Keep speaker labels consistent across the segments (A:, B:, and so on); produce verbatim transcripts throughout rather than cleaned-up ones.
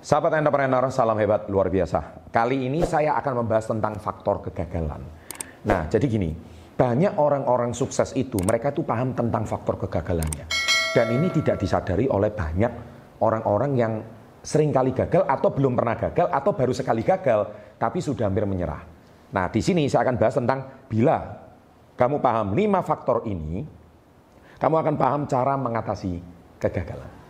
A: Sahabat entrepreneur, salam hebat luar biasa. Kali ini saya akan membahas tentang faktor kegagalan. Nah, jadi gini, banyak orang-orang sukses itu, mereka itu paham tentang faktor kegagalannya. Dan ini tidak disadari oleh banyak orang-orang yang sering kali gagal atau belum pernah gagal atau baru sekali gagal, tapi sudah hampir menyerah. Nah, di sini saya akan bahas tentang bila kamu paham lima faktor ini, kamu akan paham cara mengatasi kegagalan.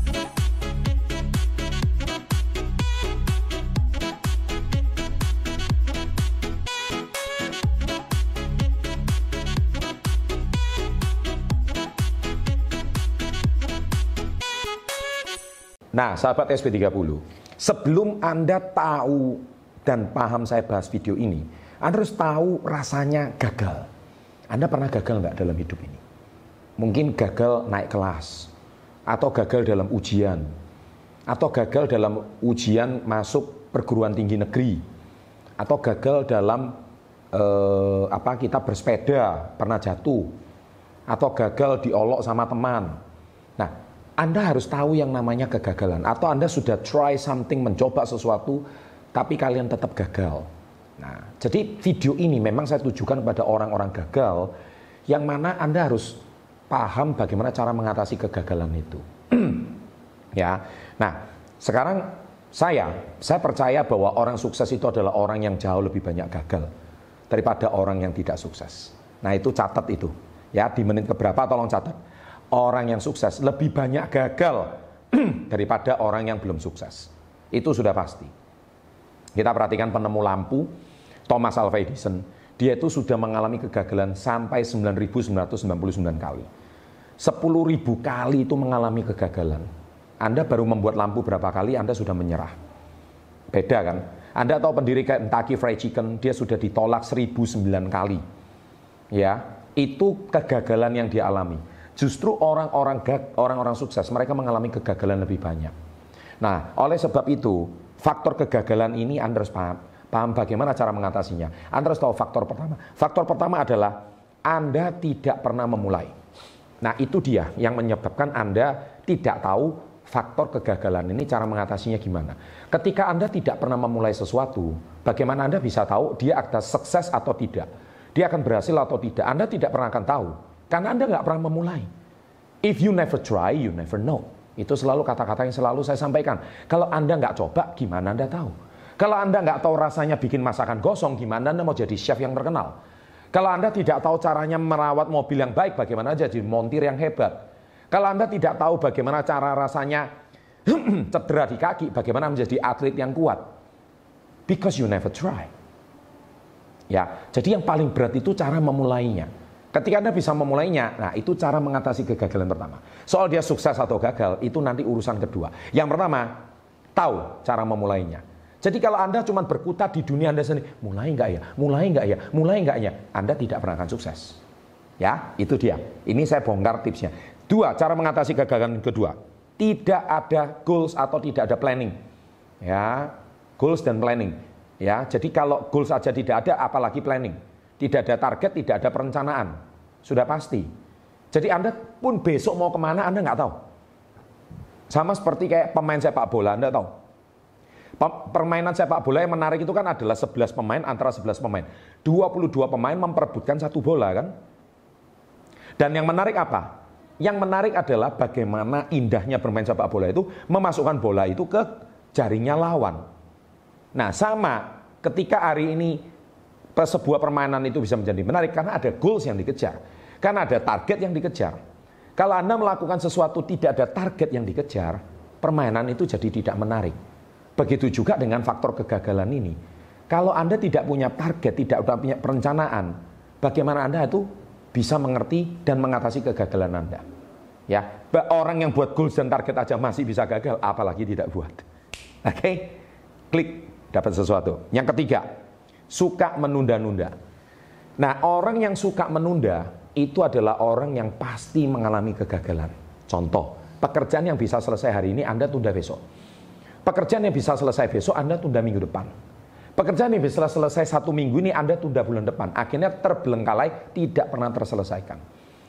A: Nah, sahabat S P tiga puluh, sebelum Anda tahu dan paham saya bahas video ini, Anda harus tahu rasanya gagal. Anda pernah gagal nggak dalam hidup ini? Mungkin gagal naik kelas, atau gagal dalam ujian, atau gagal dalam ujian masuk perguruan tinggi negeri, atau gagal dalam eh, apa kita bersepeda pernah jatuh, atau gagal diolok sama teman. Nah, Anda harus tahu yang namanya kegagalan. Atau Anda sudah try something, mencoba sesuatu, tapi kalian tetap gagal. Nah, jadi video ini memang saya tujukan kepada orang-orang gagal, yang mana Anda harus paham bagaimana cara mengatasi kegagalan itu. Ya, nah sekarang saya, saya percaya bahwa orang sukses itu adalah orang yang jauh lebih banyak gagal daripada orang yang tidak sukses. Nah itu catat itu, ya di menit keberapa tolong catat. Orang yang sukses lebih banyak gagal daripada orang yang belum sukses. Itu sudah pasti. Kita perhatikan penemu lampu, Thomas Alva Edison. Dia itu sudah mengalami kegagalan sampai sembilan ribu sembilan ratus sembilan puluh sembilan kali. sepuluh ribu kali itu mengalami kegagalan. Anda baru membuat lampu berapa kali, Anda sudah menyerah. Beda kan? Anda tahu pendiri Kentucky Fried Chicken, dia sudah ditolak seribu sembilan kali. Ya, itu kegagalan yang dia alami. Justru orang-orang orang-orang sukses, mereka mengalami kegagalan lebih banyak. Nah, oleh sebab itu, faktor kegagalan ini Anda harus paham, paham bagaimana cara mengatasinya. Anda harus tahu faktor pertama. Faktor pertama adalah Anda tidak pernah memulai. Nah, itu dia yang menyebabkan Anda tidak tahu faktor kegagalan ini, cara mengatasinya gimana. Ketika Anda tidak pernah memulai sesuatu, bagaimana Anda bisa tahu dia akan sukses atau tidak? Dia akan berhasil atau tidak? Anda tidak pernah akan tahu. Karena Anda nggak pernah memulai. If you never try, you never know. Itu selalu kata-kata yang selalu saya sampaikan. Kalau Anda nggak coba, gimana Anda tahu? Kalau Anda nggak tahu rasanya bikin masakan gosong, gimana Anda mau jadi chef yang terkenal? Kalau Anda tidak tahu caranya merawat mobil yang baik, bagaimana jadi montir yang hebat? Kalau Anda tidak tahu bagaimana cara rasanya cedera di kaki, bagaimana menjadi atlet yang kuat? Because you never try. Ya, jadi yang paling berat itu cara memulainya. Ketika Anda bisa memulainya, nah itu cara mengatasi kegagalan pertama. Soal dia sukses atau gagal, itu nanti urusan kedua. Yang pertama, tahu cara memulainya. Jadi kalau Anda cuma berkutat di dunia Anda sendiri, mulai nggak ya, mulai nggak ya, mulai nggak ya, Anda tidak pernah akan sukses. Ya, itu dia. Ini saya bongkar tipsnya. Dua, cara mengatasi kegagalan kedua. Tidak ada goals atau tidak ada planning. Ya, goals dan planning. Ya, jadi kalau goals saja tidak ada, apalagi planning. Tidak ada target, tidak ada perencanaan. Sudah pasti. Jadi Anda pun besok mau kemana, Anda nggak tahu. Sama seperti kayak pemain sepak bola, Anda tahu. Permainan sepak bola yang menarik itu kan adalah sebelas pemain antara sebelas pemain. dua puluh dua pemain memperebutkan satu bola kan. Dan yang menarik apa? Yang menarik adalah bagaimana indahnya bermain sepak bola itu memasukkan bola itu ke jaringnya lawan. Nah sama ketika hari ini sebuah permainan itu bisa menjadi menarik karena ada goals yang dikejar, karena ada target yang dikejar. Kalau Anda melakukan sesuatu tidak ada target yang dikejar, permainan itu jadi tidak menarik. Begitu juga dengan faktor kegagalan ini. Kalau Anda tidak punya target, tidak punya perencanaan, bagaimana Anda itu bisa mengerti dan mengatasi kegagalan Anda? Ya, orang yang buat goals dan target aja masih bisa gagal, apalagi tidak buat. Oke, okay? Klik dapat sesuatu. Yang ketiga, suka menunda-nunda. Nah, orang yang suka menunda itu adalah orang yang pasti mengalami kegagalan. Contoh, pekerjaan yang bisa selesai hari ini Anda tunda besok. Pekerjaan yang bisa selesai besok Anda tunda minggu depan. Pekerjaan yang bisa selesai satu minggu ini Anda tunda bulan depan. Akhirnya terbelengkalai, tidak pernah terselesaikan.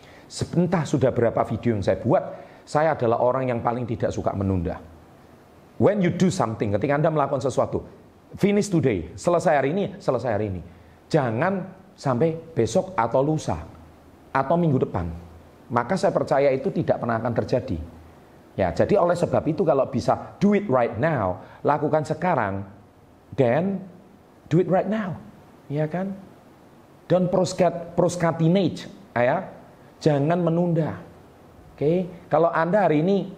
A: Sebentar sudah berapa video yang saya buat, saya adalah orang yang paling tidak suka menunda. When you do something, ketika Anda melakukan sesuatu, finish today, selesai hari ini, selesai hari ini. Jangan sampai besok atau lusa, atau minggu depan. Maka saya percaya itu tidak pernah akan terjadi. Ya, jadi oleh sebab itu kalau bisa do it right now, lakukan sekarang, then do it right now. Ya kan? Don't procrastinate, ya. Jangan menunda. Oke, okay? Kalau Anda hari ini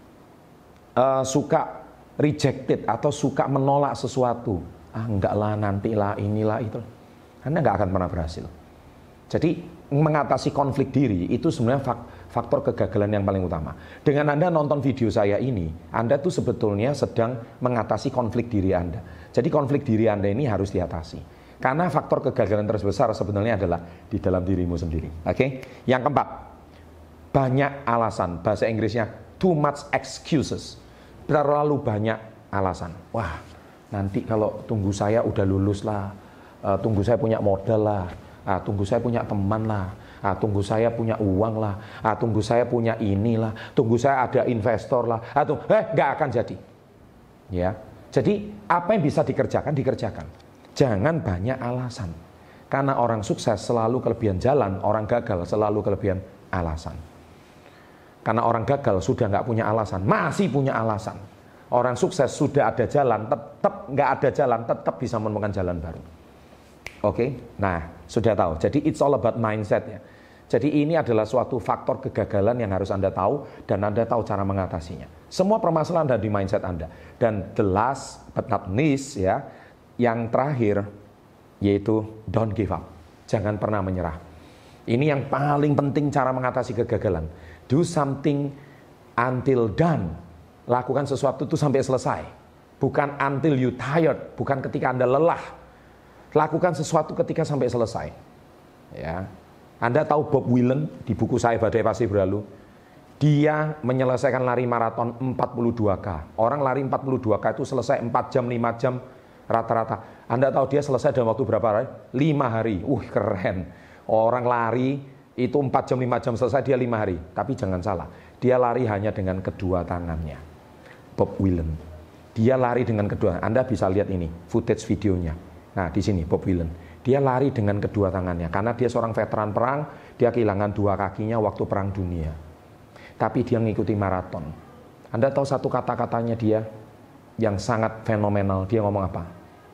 A: uh, suka rejected atau suka menolak sesuatu, ah enggak lah, nantilah, inilah, itu, Anda enggak akan pernah berhasil. Jadi mengatasi konflik diri itu sebenarnya faktor kegagalan yang paling utama. Dengan Anda nonton video saya ini, Anda tuh sebetulnya sedang mengatasi konflik diri Anda. Jadi konflik diri Anda ini harus diatasi. Karena faktor kegagalan terbesar sebenarnya adalah di dalam dirimu sendiri. Oke? Okay? Yang keempat, banyak alasan. Bahasa Inggrisnya too much excuses. Terlalu banyak alasan. Wah, nanti kalau tunggu saya udah lulus lah, uh, tunggu saya punya modal lah, uh, tunggu saya punya teman lah, uh, tunggu saya punya uang lah, uh, tunggu saya punya inilah, tunggu saya ada investor lah, atau eh nggak akan jadi. Ya, jadi apa yang bisa dikerjakan dikerjakan. Jangan banyak alasan. Karena orang sukses selalu kelebihan jalan, orang gagal selalu kelebihan alasan. Karena orang gagal sudah nggak punya alasan, masih punya alasan. Orang sukses sudah ada jalan, tetap nggak ada jalan, tetap bisa menemukan jalan baru. Oke, okay? Nah sudah tahu. Jadi it's all about mindset ya. Jadi ini adalah suatu faktor kegagalan yang harus Anda tahu dan Anda tahu cara mengatasinya. Semua permasalahan ada di mindset Anda. Dan the last but not least ya, yang terakhir yaitu don't give up. Jangan pernah menyerah. Ini yang paling penting cara mengatasi kegagalan. Do something until done. Lakukan sesuatu itu sampai selesai. Bukan until you tired. Bukan ketika Anda lelah. Lakukan sesuatu ketika sampai selesai. Ya. Anda tahu Bob Willen di buku saya Badai Pasti Berlalu. Dia menyelesaikan lari maraton empat puluh dua K. Orang lari empat puluh dua K itu selesai empat jam, lima jam rata-rata. Anda tahu dia selesai dalam waktu berapa hari? lima hari. Uh, keren. Orang lari itu empat jam, lima jam selesai, dia lima hari. Tapi jangan salah, dia lari hanya dengan kedua tangannya. Bob Willen. Dia lari dengan kedua. Anda bisa lihat ini, footage videonya. Nah, di sini Bob Willen. Dia lari dengan kedua tangannya. Karena dia seorang veteran perang, dia kehilangan dua kakinya waktu perang dunia. Tapi dia mengikuti maraton. Anda tahu satu kata-katanya dia yang sangat fenomenal. Dia ngomong apa?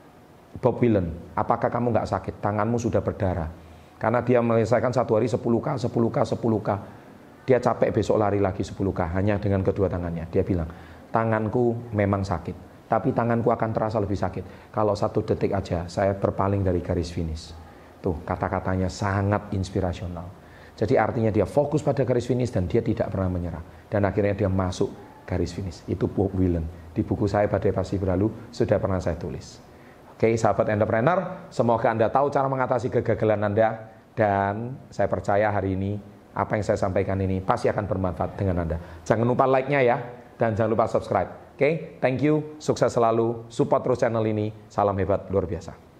A: Bob Willen, apakah kamu nggak sakit? Tanganmu sudah berdarah. Karena dia menyelesaikan satu hari sepuluh K, sepuluh K, sepuluh K. Dia capek besok lari lagi sepuluh K hanya dengan kedua tangannya. Dia bilang, tanganku memang sakit, tapi tanganku akan terasa lebih sakit kalau satu detik aja saya berpaling dari garis finish. Tuh, kata-katanya sangat inspirasional. Jadi artinya dia fokus pada garis finish dan dia tidak pernah menyerah. Dan akhirnya dia masuk garis finish. Itu Bob Willen. Di buku saya Badai Pasti Berlalu sudah pernah saya tulis. Oke, sahabat entrepreneur, semoga Anda tahu cara mengatasi kegagalan Anda. Dan saya percaya hari ini, apa yang saya sampaikan ini pasti akan bermanfaat dengan Anda. Jangan lupa like-nya ya, dan jangan lupa subscribe. Oke, thank you, sukses selalu, support terus channel ini, salam hebat luar biasa.